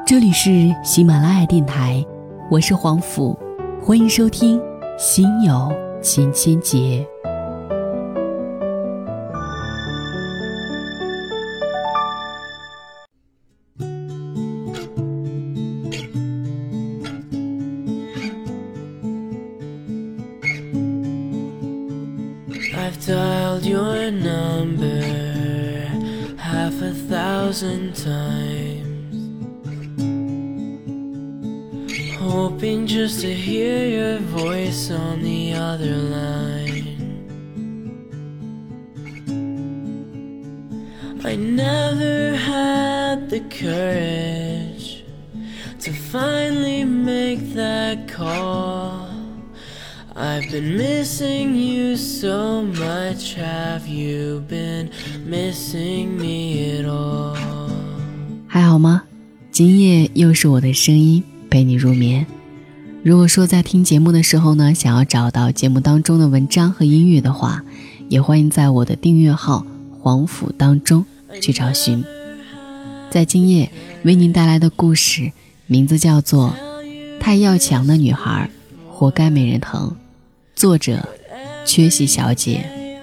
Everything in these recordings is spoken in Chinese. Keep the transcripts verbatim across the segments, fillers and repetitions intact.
这里是喜马拉雅电台，我是黄甫，欢迎收听心有千千结。 I've dialed your number half a thousand times, hoping just to hear your voice on the other line. I never had the courage to finally make that call.I've been missing you so much. Have you been missing me at all? 还好吗？今夜又是我的声音陪你入眠。如果说在听节目的时候呢，想要找到节目当中的文章和音乐的话，也欢迎在我的订阅号黄甫当中去找寻。在今夜为您带来的故事名字叫做《太要强的女孩活该没人疼》，作者缺席小姐。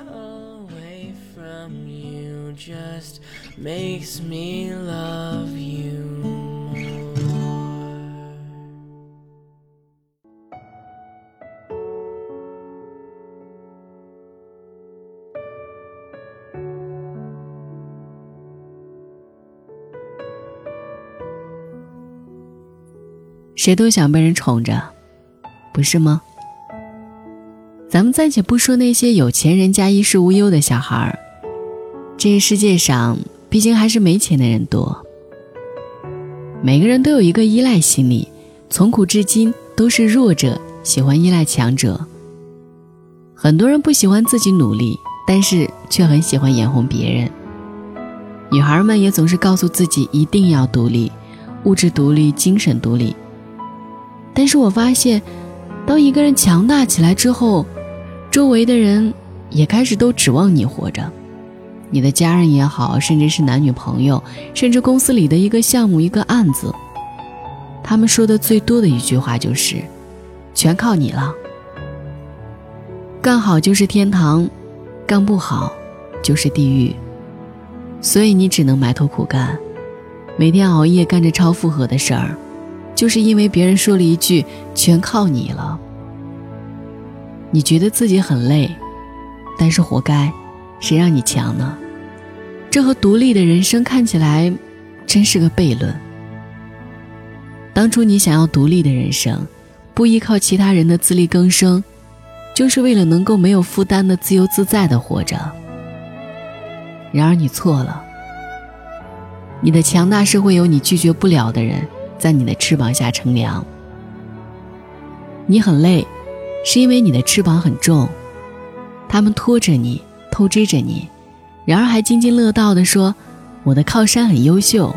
谁都想被人宠着，不是吗？咱们暂且不说那些有钱人家衣食无忧的小孩，这个世界上毕竟还是没钱的人多。每个人都有一个依赖心理，从古至今都是弱者喜欢依赖强者。很多人不喜欢自己努力，但是却很喜欢眼红别人。女孩们也总是告诉自己一定要独立，物质独立，精神独立。但是我发现，当一个人强大起来之后，周围的人也开始都指望你活着。你的家人也好，甚至是男女朋友，甚至公司里的一个项目一个案子，他们说的最多的一句话就是全靠你了。干好就是天堂，干不好就是地狱。所以你只能埋头苦干，每天熬夜干着超负荷的事儿，就是因为别人说了一句全靠你了。你觉得自己很累，但是活该，谁让你强呢？这和独立的人生看起来真是个悖论。当初你想要独立的人生，不依靠其他人的自力更生，就是为了能够没有负担的自由自在地活着。然而你错了，你的强大是会有你拒绝不了的人在你的翅膀下乘凉。你很累，是因为你的翅膀很重，他们拖着你，偷追着你，然而还津津乐道地说我的靠山很优秀。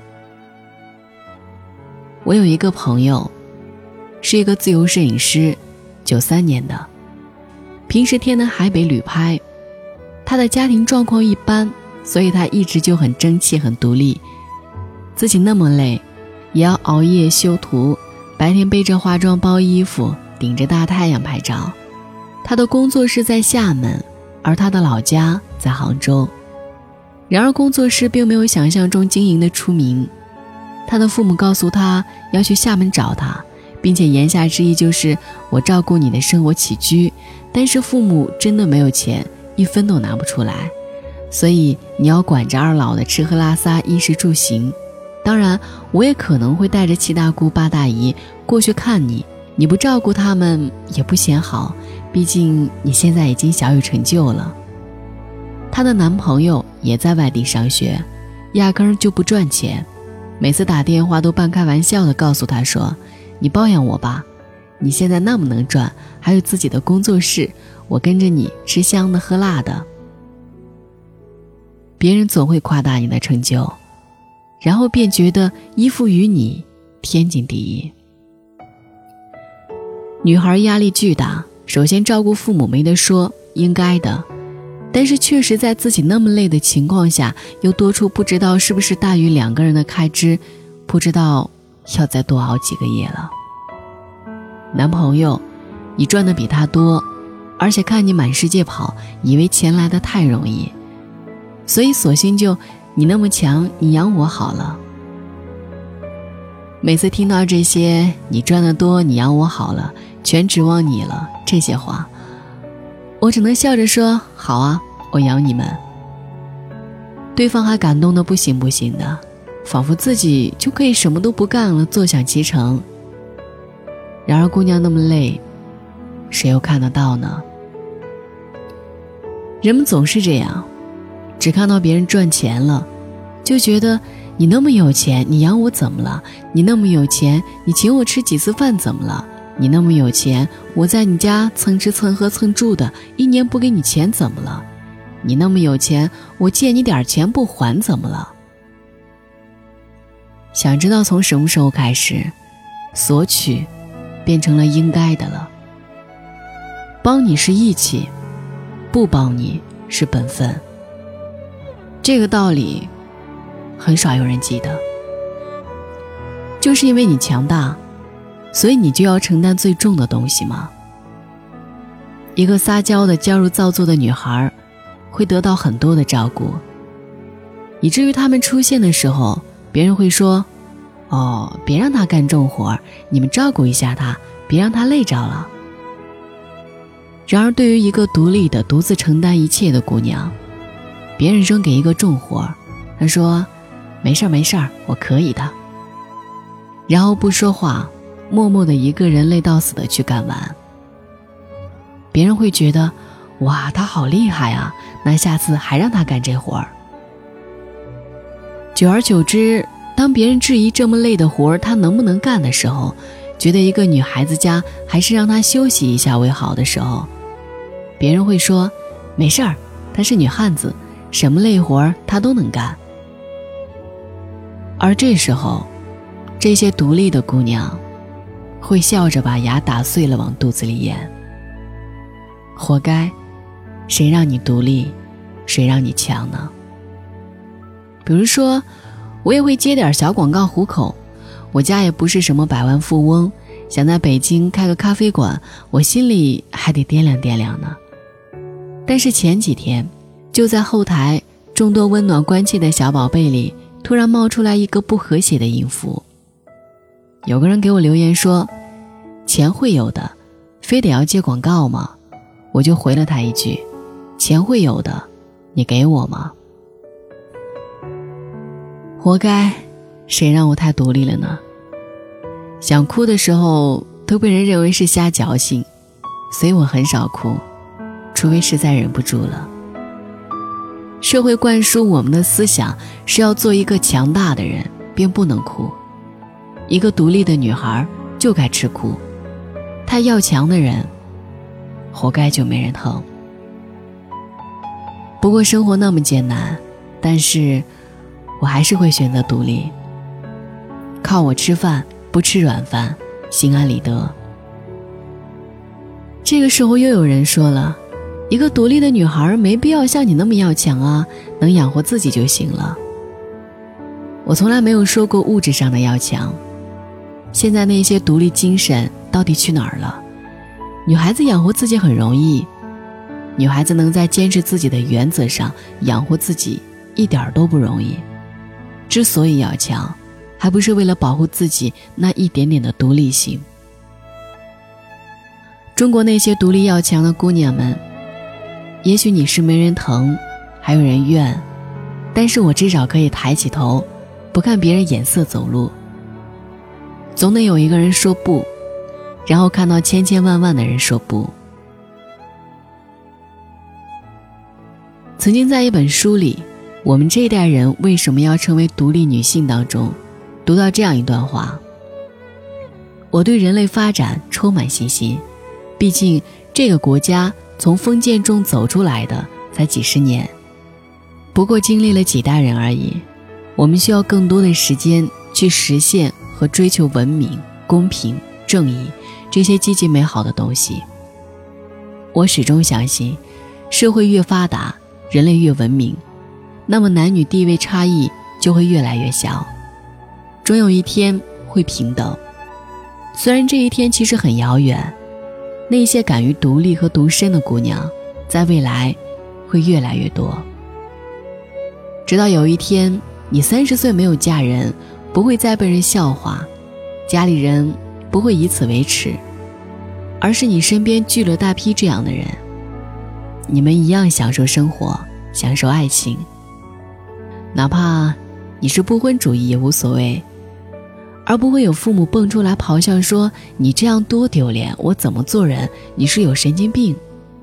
我有一个朋友，是一个自由摄影师，九三年的，平时天南海北旅拍。他的家庭状况一般，所以他一直就很争气很独立，自己那么累也要熬夜修图，白天背着化妆包衣服，顶着大太阳拍照。他的工作室在厦门，而他的老家在杭州。然而工作室并没有想象中经营的出名。他的父母告诉他要去厦门找他，并且言下之意就是我照顾你的生活起居，但是父母真的没有钱，一分都拿不出来，所以你要管着二老的吃喝拉撒衣食住行。当然我也可能会带着七大姑八大姨过去看你，你不照顾他们也不嫌好，毕竟你现在已经小有成就了。她的男朋友也在外地上学，压根儿就不赚钱，每次打电话都半开玩笑地告诉她说，你包养我吧，你现在那么能赚，还有自己的工作室，我跟着你吃香的喝辣的。别人总会夸大你的成就，然后便觉得依附于你天经地义。女孩压力巨大，首先照顾父母没得说，应该的，但是确实在自己那么累的情况下，又多出不知道是不是大于两个人的开支，不知道要再多熬几个夜了。男朋友，你赚的比他多，而且看你满世界跑，以为钱来的太容易，所以索性就你那么强，你养我好了。每次听到这些你赚得多，你养我好了，全指望你了这些话，我只能笑着说好啊，我养你们。对方还感动得不行不行的，仿佛自己就可以什么都不干了，坐享其成。然而姑娘那么累，谁又看得到呢？人们总是这样，只看到别人赚钱了，就觉得你那么有钱，你养我怎么了？你那么有钱，你请我吃几次饭怎么了？你那么有钱，我在你家蹭吃蹭喝蹭住的，一年不给你钱怎么了？你那么有钱，我借你点钱不还怎么了？想知道从什么时候开始，索取变成了应该的了？帮你是义气，不帮你是本分。这个道理很少有人记得。就是因为你强大，所以你就要承担最重的东西吗？一个撒娇的娇柔造作的女孩会得到很多的照顾，以至于他们出现的时候，别人会说，哦，别让她干重活，你们照顾一下她，别让她累着了。然而对于一个独立的独自承担一切的姑娘，别人扔给一个重活，她说没事没事，我可以的，然后不说话，默默的一个人累到死的去干完。别人会觉得，哇，她好厉害啊，那下次还让她干这活儿。久而久之，当别人质疑这么累的活儿她能不能干的时候，觉得一个女孩子家还是让她休息一下为好的时候，别人会说没事儿，她是女汉子，什么累活儿她都能干。而这时候，这些独立的姑娘会笑着把牙打碎了往肚子里咽。活该，谁让你独立，谁让你强呢？比如说，我也会接点小广告糊口，我家也不是什么百万富翁，想在北京开个咖啡馆，我心里还得掂量掂量呢。但是前几天，就在后台众多温暖关切的小宝贝里，突然冒出来一个不和谐的音符。有个人给我留言说，钱会有的，非得要接广告吗？我就回了他一句，钱会有的，你给我吗？活该，谁让我太独立了呢？想哭的时候都被人认为是瞎矫情，所以我很少哭，除非实在忍不住了。社会灌输我们的思想是要做一个强大的人，便不能哭。一个独立的女孩就该吃苦，太要强的人活该就没人疼。不过生活那么艰难，但是我还是会选择独立，靠我吃饭，不吃软饭，心安理得。这个时候又有人说了，一个独立的女孩没必要像你那么要强啊，能养活自己就行了。我从来没有说过物质上的要强，现在那些独立精神到底去哪儿了？女孩子养活自己很容易，女孩子能在坚持自己的原则上养活自己一点都不容易。之所以要强，还不是为了保护自己那一点点的独立性。中国那些独立要强的姑娘们，也许你是没人疼，还有人怨，但是我至少可以抬起头，不看别人眼色走路。总得有一个人说不，然后看到千千万万的人说不。曾经在一本书里，我们这一代人为什么要成为独立女性当中，读到这样一段话：我对人类发展充满信心，毕竟这个国家从封建中走出来的才几十年，不过经历了几代人而已。我们需要更多的时间去实现和追求文明、公平、正义这些积极美好的东西。我始终相信，社会越发达，人类越文明，那么男女地位差异就会越来越小。终有一天， 会平等。虽然这一天其实很遥远，那些敢于独立和独身的姑娘，在未来会越来越多。直到有一天，你三十岁没有嫁人，不会再被人笑话，家里人不会以此为耻，而是你身边聚了大批这样的人，你们一样享受生活，享受爱情。哪怕你是不婚主义也无所谓，而不会有父母蹦出来咆哮说你这样多丢脸，我怎么做人，你是有神经病。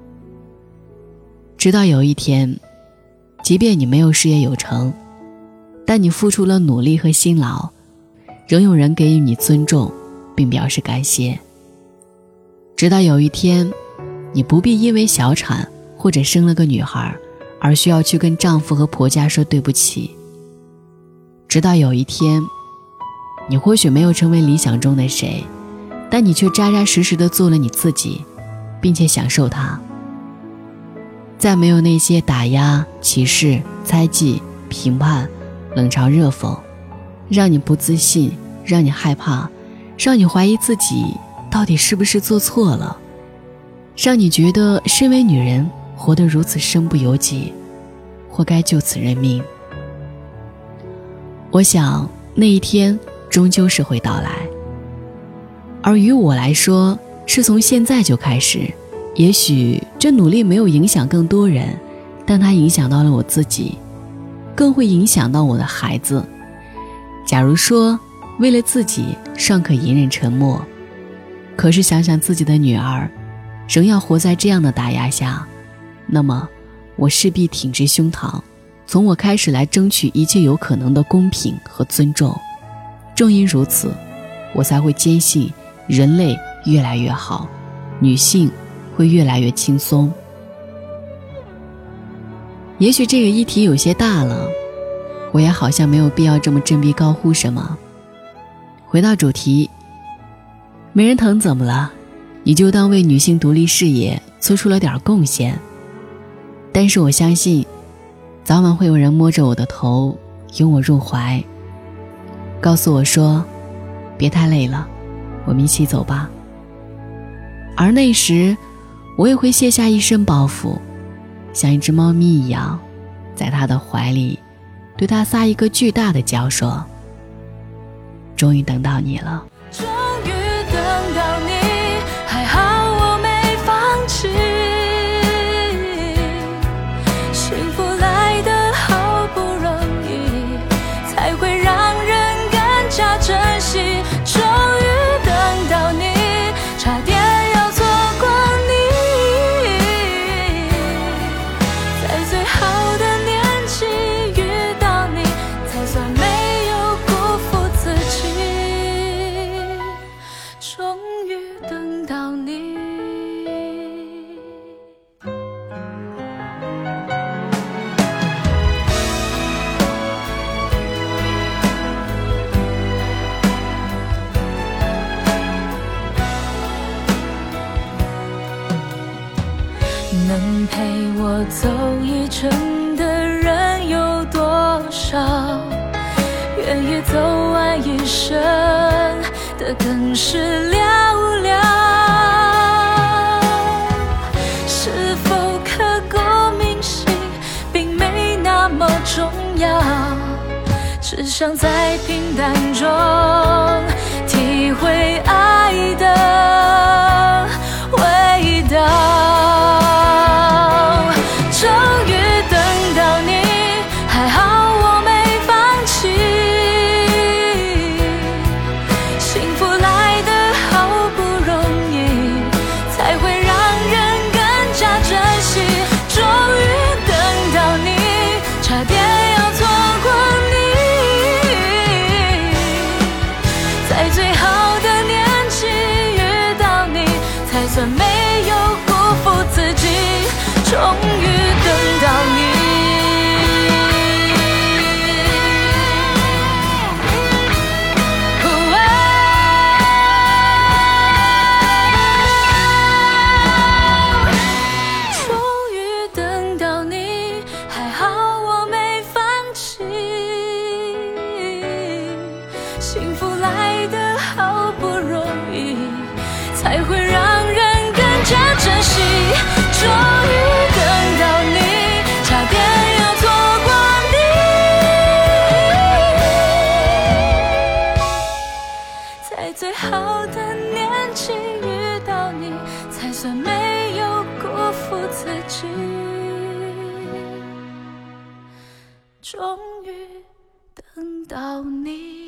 直到有一天，即便你没有事业有成，但你付出了努力和辛劳，仍有人给予你尊重并表示感谢。直到有一天，你不必因为小产或者生了个女孩而需要去跟丈夫和婆家说对不起。直到有一天，你或许没有成为理想中的谁，但你却扎扎实实地做了你自己，并且享受它。再没有那些打压、歧视、猜忌、评判、冷嘲热讽，让你不自信，让你害怕，让你怀疑自己到底是不是做错了，让你觉得身为女人活得如此身不由己，或该就此认命。我想那一天终究是会到来，而于我来说，是从现在就开始。也许这努力没有影响更多人，但它影响到了我自己，更会影响到我的孩子。假如说为了自己尚可隐忍沉默，可是想想自己的女儿仍要活在这样的打压下，那么我势必挺直胸膛，从我开始来争取一切有可能的公平和尊重。正因如此，我才会坚信人类越来越好，女性会越来越轻松。也许这个议题有些大了，我也好像没有必要这么振臂高呼什么。回到主题，没人疼怎么了？你就当为女性独立事业做出了点贡献。但是我相信，早晚会有人摸着我的头，拥我入怀，告诉我说，别太累了，我们一起走吧。而那时我也会卸下一身包袱，像一只猫咪一样，在他的怀里对他撒一个巨大的娇，说，终于等到你了。 终于等到你，还好我没放弃，幸福来得好不容易，才会让人更加珍惜。终于等到你，差点要错过你，在最好的年纪遇到你，才算没有辜负自己。终于等到你。能陪我走一程的人有多少？愿意走完一生的更是寥寥。是否刻骨铭心并没那么重要，只想在平淡中体会爱的味道。终于等到你，还好我没放弃，幸福来得好不容易，才会让人更加珍惜。终于等到你，差点要错过你，在最好的年纪遇到你，才算没有辜负自己。终于等到你，终于等到你，还好我没放弃，幸福来得终于等到你，差点要错过你，在最好的年纪遇到你，才算没有辜负自己。终于等到你。